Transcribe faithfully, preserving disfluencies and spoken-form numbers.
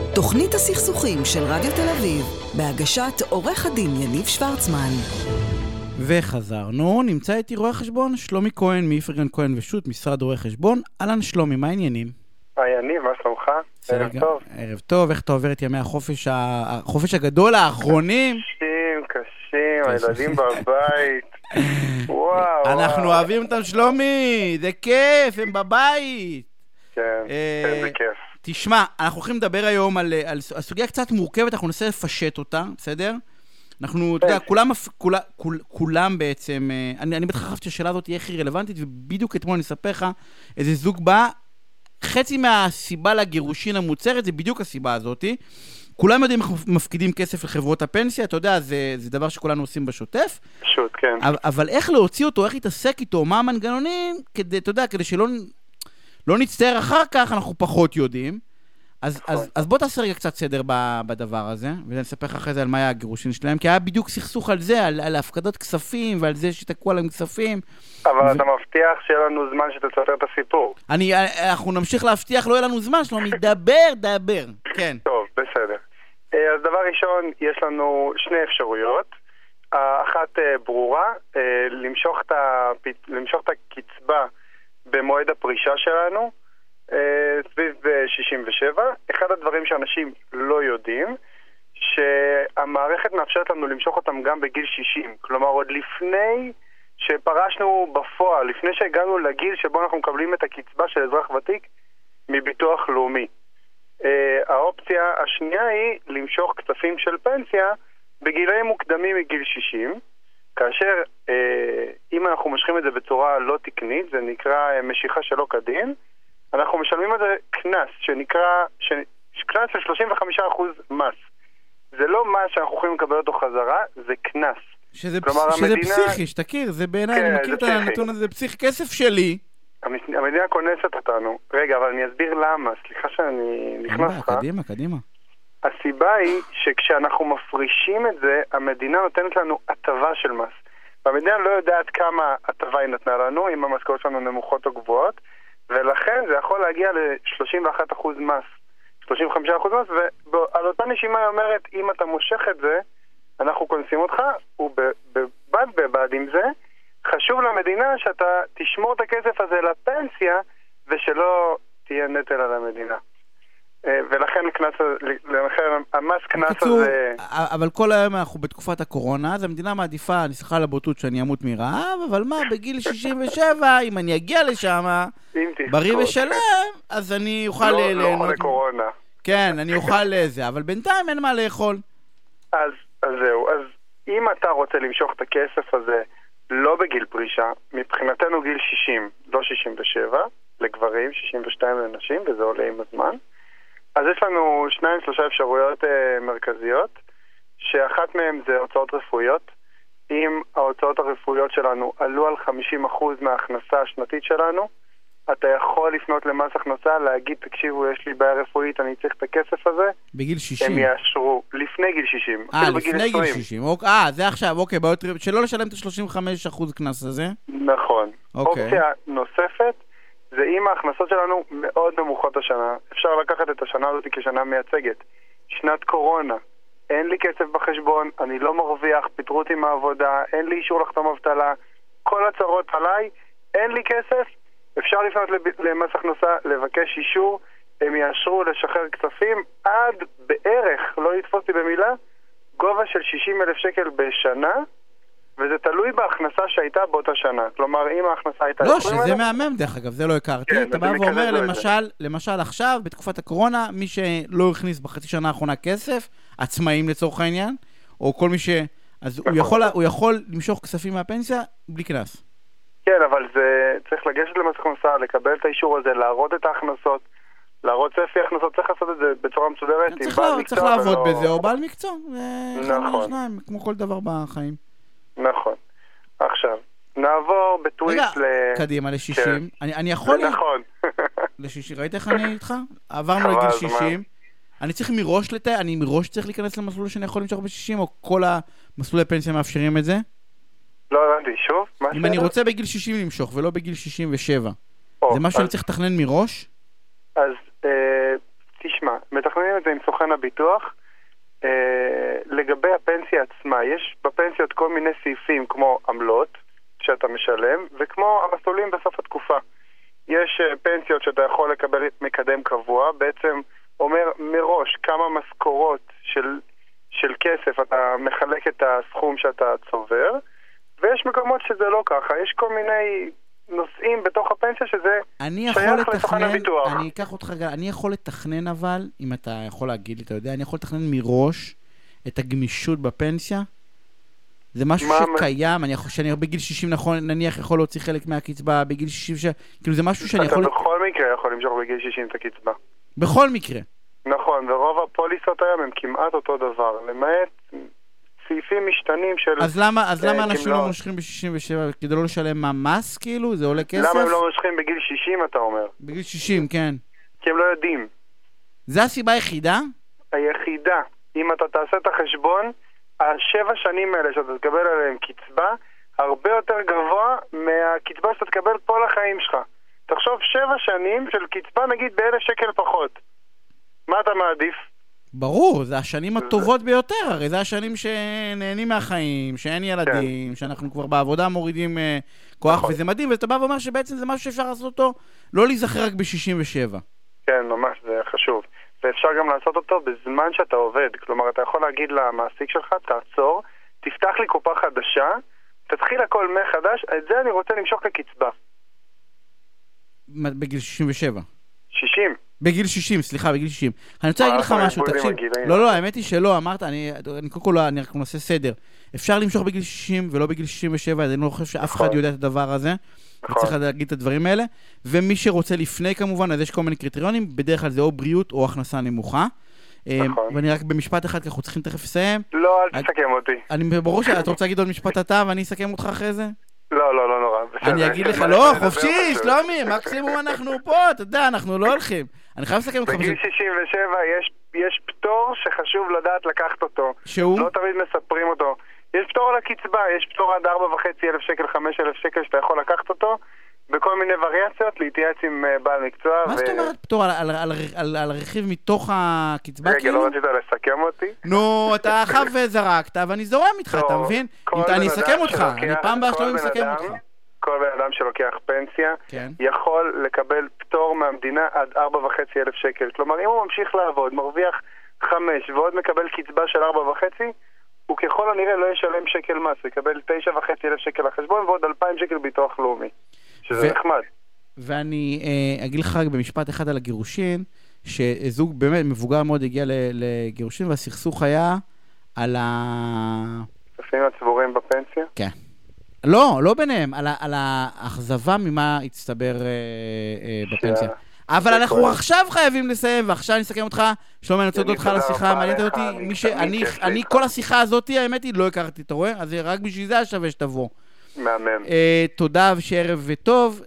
תוכנית הסכסוכים של רדיו תל אביב, בהגשת עורך הדין יניב שוורצמן. וחזרנו, נמצא איתי רואה חשבון שלומי כהן מאיפרגן כהן ושות' משרד רואה חשבון. אהלן שלומי, מה העניינים? היי יניב, מה שלומך? ערב טוב. ערב טוב, איך אתה עובר את ימי החופש, החופש הגדול האחרונים? קשים, קשים, הילדים בבית. וואו. אנחנו אוהבים אותם שלומי, זה כיף, הם בבית. כן, זה כיף. תשמע, אנחנו הולכים לדבר היום על, על, על סוגיה קצת מורכבת, אנחנו ננסה לפשט אותה, בסדר? אנחנו, אתה יודע, כולם, כולם, כולם בעצם, אני, אני בטח חשבתי שהשאלה הזאת תהיה הכי רלוונטית, ובדיוק אתמול אני אספר לך איזה זוג בא, חצי מהסיבה לגירושין המוצרת, זה בדיוק הסיבה הזאת. כולם יודעים איך מפקידים כסף לחברות הפנסיה, אתה יודע, זה, זה דבר שכולנו עושים בשוטף. פשוט, כן. אבל, אבל איך להוציא אותו, איך להתעסק איתו, מה המנגנונים, כדי, אתה יודע, כדי שלא לא נצטער אחר כך, אנחנו פחות יודעים. אז, אז, אז בוא תעשה רגע קצת סדר בדבר הזה, ונספר לך אחרי זה על מה היה הגירושין שלהם, כי היה בדיוק סכסוך על זה, על, על הפקדות כספים, ועל זה שתקעו עליהם כספים. אבל ו... אתה מבטיח שיהיה לנו זמן שתספר את הסיפור. אני, אנחנו נמשיך להבטיח, לא יהיה לנו זמן, שלומי, דבר, דבר, כן. טוב, בסדר. אז דבר ראשון, יש לנו שני אפשרויות. אחת ברורה, למשוך את, הפ... למשוך את הקצבה במועד הפרישה שלנו, סביב שישים ושבע. אחד הדברים שאנשים לא יודעים, שהמערכת מאפשרת לנו למשוך אותם גם בגיל שישים. כלומר, עוד לפני שפרשנו בפועל, לפני שהגענו לגיל שבו אנחנו מקבלים את הקצבה של אזרח ותיק מביטוח לאומי. האופציה השנייה היא למשוך כספים של פנסיה בגילאים מוקדמים מגיל שישים, כאשר אם אנחנו משכים את זה בצורה לא תקנית, זה נקרא משיכה שלא כדין, אנחנו משלמים את זה כנס, שנקרא, כנס של שלושים וחמישה אחוז מס. זה לא מס שאנחנו יכולים לקבל אותו חזרה, זה כנס. שזה, כלומר, שזה המדינה... פסיכי, שתכיר, זה בעיניי, כן, אני מכיר את הנתון הזה, זה פסיכי, כסף שלי. המדינה כונסת אותנו. רגע, אבל אני אסביר למה, סליחה שאני נכנס לך. קדימה, קדימה. הסיבה היא שכשאנחנו מפרישים את זה, המדינה נותנת לנו הטבה של מס. והמדינה לא יודעת כמה הטבה היא נתנה לנו, אם המשכורות שלנו נמוכות או גבוהות, ולכן זה יכול להגיע ל-שלושים ואחד אחוז מס, שלושים וחמישה אחוז מס, ועל אותה נשימה היא אומרת, אם אתה מושך את זה, אנחנו כונסים אותך, ובבד בבד עם זה, חשוב למדינה שאתה תשמור את הכסף הזה לפנסיה, ושלא תהיה נטל על המדינה. ולכן המס כנס הזה... אבל כל היום אנחנו בתקופת הקורונה, אז המדינה מעדיפה, אני סליחה על הבוטות שאני אמות מרעב, אבל מה, בגיל שישים ושבע, אם אני אגיע לשם, בריא ושלם, אז אני אוכל... לא חולה קורונה. כן, אני אוכל לזה, אבל בינתיים אין מה לאכול. אז זהו, אז אם אתה רוצה למשוך את הכסף הזה לא בגיל פרישה, מבחינתנו גיל שישים, לא שישים ושבע, לגברים, שישים ושתיים לנשים, וזה עולה עם הזמן. אז יש לנו שניים, שלושה אפשרויות אה, מרכזיות, שאחת מהן זה הוצאות רפואיות. אם ההוצאות הרפואיות שלנו עלו על חמישים אחוז מההכנסה השנתית שלנו, אתה יכול לפנות למס הכנסה, להגיד, תקשיבו, יש לי בעיה רפואית, אני צריך את הכסף הזה. בגיל שישים. הם יאשרו, לפני גיל שישים. אה, לפני גיל שישים. אה, זה עכשיו, אוקיי, שלא לשלם את ה-שלושים וחמישה אחוז כנס הזה. נכון. אוקיי. אופציה נוספת, זה אם ההכנסות שלנו מאוד נמוכות השנה. אפשר לקחת את השנה הזאת כשנה מייצגת. שנת קורונה, אין לי כסף בחשבון, אני לא מרוויח, פיטרו אותי מהעבודה, אין לי אישור לחתום אבטלה, כל הצרות עליי, אין לי כסף, אפשר לפנות למס הכנסה, לבקש אישור, הם יאשרו לשחרר כספים עד בערך, לא לתפוס לי במילה, גובה של שישים אלף שקל בשנה, וזה תלוי בהכנסה שהייתה באותה שנה. כלומר, אם ההכנסה הייתה... לא, שזה מהמם, דרך אגב, זה לא הכרתי. אתה בא ואומר, למשל, למשל עכשיו, בתקופת הקורונה, מי שלא הכניס בחצי שנה האחרונה כסף, עצמאים לצורך העניין, או כל מי ש... אז הוא יכול, הוא יכול למשוך כספים מהפנסיה בלי כנס. כן, אבל זה צריך לגשת למס הכנסה, לקבל את האישור הזה, להראות את ההכנסות, להראות צפי הכנסות, צריך לעשות את זה בצורה מסודרת. צריך לעבוד בזה, או בעל מקצוע. נכון. כמו כל דבר בחיים. נכון. עכשיו, נעבור בטוויסט ל... רגע, קדימה, ל-שישים. אני יכול... זה נכון. ל-שישים, ראית איך אני איתך? עברנו לגיל שישים. אני צריך מראש לתאר, אני מראש צריך להיכנס למסלול שאני יכול למשוך ב-שישים, או כל המסלולי הפנסיה מאפשרים את זה? לא הבנתי, שוב? אם אני רוצה בגיל שישים למשוך, ולא בגיל שישים ושבע, זה משהו שאני צריך לתכנן מראש? אז תשמע, מתכננים את זה עם סוכן הביטוח. אה, לגבי הפנסיה עצמה, יש בפנסיות כל מיני סעיפים כמו עמלות שאתה משלם, וכמו המסלולים בסוף התקופה. יש אה, פנסיות שאתה יכול לקבל מקדם קבוע, בעצם אומר מראש כמה משכורות של, של כסף אתה מחלק את הסכום שאתה צובר, ויש מקומות שזה לא ככה. יש כל מיני נושאים בתוך הפנסיה שזה שייך לסוכן הביטוח. אני אקח אותך, אני יכול לתכנן אבל, אם אתה יכול להגיד לי, אתה יודע, אני יכול לתכנן מראש את הגמישות בפנסיה. זה משהו שקיים, אני יכול, שאני בגיל שישים נכון, נניח יכול להוציא חלק מהקצבה, בגיל שישים, ש... כאילו זה משהו שאני יכול... אתה בכל מקרה יכול למשוך בגיל שישים את הקצבה. בכל מקרה. נכון, ורוב הפוליסות היום הם כמעט אותו דבר, למעט סעיפים משתנים של... אז למה, אז למה אנשים לא מושכים ב-שישים ושבע? כדי לא לשלם מס, כאילו? זה עולה כסף? למה הם לא מושכים בגיל שישים, אתה אומר? בגיל שישים, כן. כי הם לא יודעים. זה הסיבה היחידה? היחידה. אם אתה תעשה את החשבון, השבע שנים האלה שאתה תקבל עליהם קצבה, הרבה יותר גבוה מהקצבה שאתה תקבל פה לחיים שלך. תחשוב שבע שנים של קצבה, נגיד באלף שקל פחות. מה אתה מעדיף? ברור, זה השנים הטובות ביותר, הרי זה השנים שנהנים מהחיים, שאין ילדים, שאנחנו כבר בעבודה מורידים כוח, וזה מדהים, ואתה בא ואומר שבעצם זה משהו שאפשר לעשות אותו, לא להיזכר רק ב-שישים ושבע. כן, ממש, זה חשוב. ואפשר גם לעשות אותו בזמן שאתה עובד, כלומר, אתה יכול להגיד למעסיק שלך, תעצור, תפתח לי קופה חדשה, תתחיל הכל מחדש, את זה אני רוצה למשוך לקצבה. בגיל שישים ושבע? שישים. בגיל שישים, סליחה, בגיל שישים. אני רוצה להגיד לך משהו, תקשיב. לא, לא, האמת היא שלא, אמרת, אני קודם כל, אני רק נעשה סדר. אפשר למשוך בגיל שישים ולא בגיל שישים ושבע, אני לא חושב שאף אחד יודע את הדבר הזה. וצריך להגיד את הדברים האלה. ומי שרוצה לפני כמובן, אז יש כל מיני קריטריונים, בדרך כלל זה או בריאות או הכנסה נמוכה. ואני רק במשפט אחד, אנחנו צריכים תכף לסיים. לא, אל תסכם אותי. אני ברור שאתה רוצה להגיד עוד משפט אתה, ואני אסכם אותך אחרי זה? לא, לא, לא נורא. אני אגיד לך, לא, חופשי, שלומי, מקסימום אנחנו פה, אתה יודע, אנחנו לא הולכים. אני חייב לסכם אותך. בגיל שישים ושבע יש, יש פטור שחשוב לדעת לקחת אותו. שהוא? לא תמיד מספרים אותו. יש פטור על הקצבה, יש פטור עד ארבע וחצי אלף שקל, חמש אלף שקל שאתה יכול לקחת אותו, בכל מיני וריאציות, להתייעץ עם בעל מקצוע. מה זאת אומרת פטור על הרכיב מתוך הקצבה? רגע, לא רצית לסכם אותי? נו, אתה חב וזרקת, ואני זורם איתך, אתה מבין? אני אסכם אותך, אני פעם באה שלא מסכם אותך. כל בן אדם שלוקח פנסיה יכול לקבל פטור מהמדינה עד ארבע וחצי אלף שקל. כלומר, אם הוא ממשיך לעבוד, מרוויח חמש ועוד מקבל קצבה של ארבע וחצי, הוא ככל הנראה לא ישלם שקל מס, הוא יקבל תשע וחצי אלף שקל לחשבון ועוד אלפיים שקל ביטוח לאומי, שזה נחמד. ואני אגיד לך רק במשפט אחד על הגירושין, שזוג באמת מבוגר מאוד הגיע לגירושין, והסכסוך היה על ה... כספים הצבורים בפנסיה? כן. לא, לא ביניהם, על, על האכזבה ממה הצטבר אה, אה, בפנסיה. אבל אנחנו עכשיו חייבים לסיים, ועכשיו אני אסכם אותך, שלומי, אני רוצה לדעת אותך על השיחה, מעניינת אותי, מי שאני, אני כל השיחה הזאת, האמת היא, לא הכרתי, אתה רואה? אז רק בשביל זה השווה שתבוא. מהמם. תודה ושערב וטוב,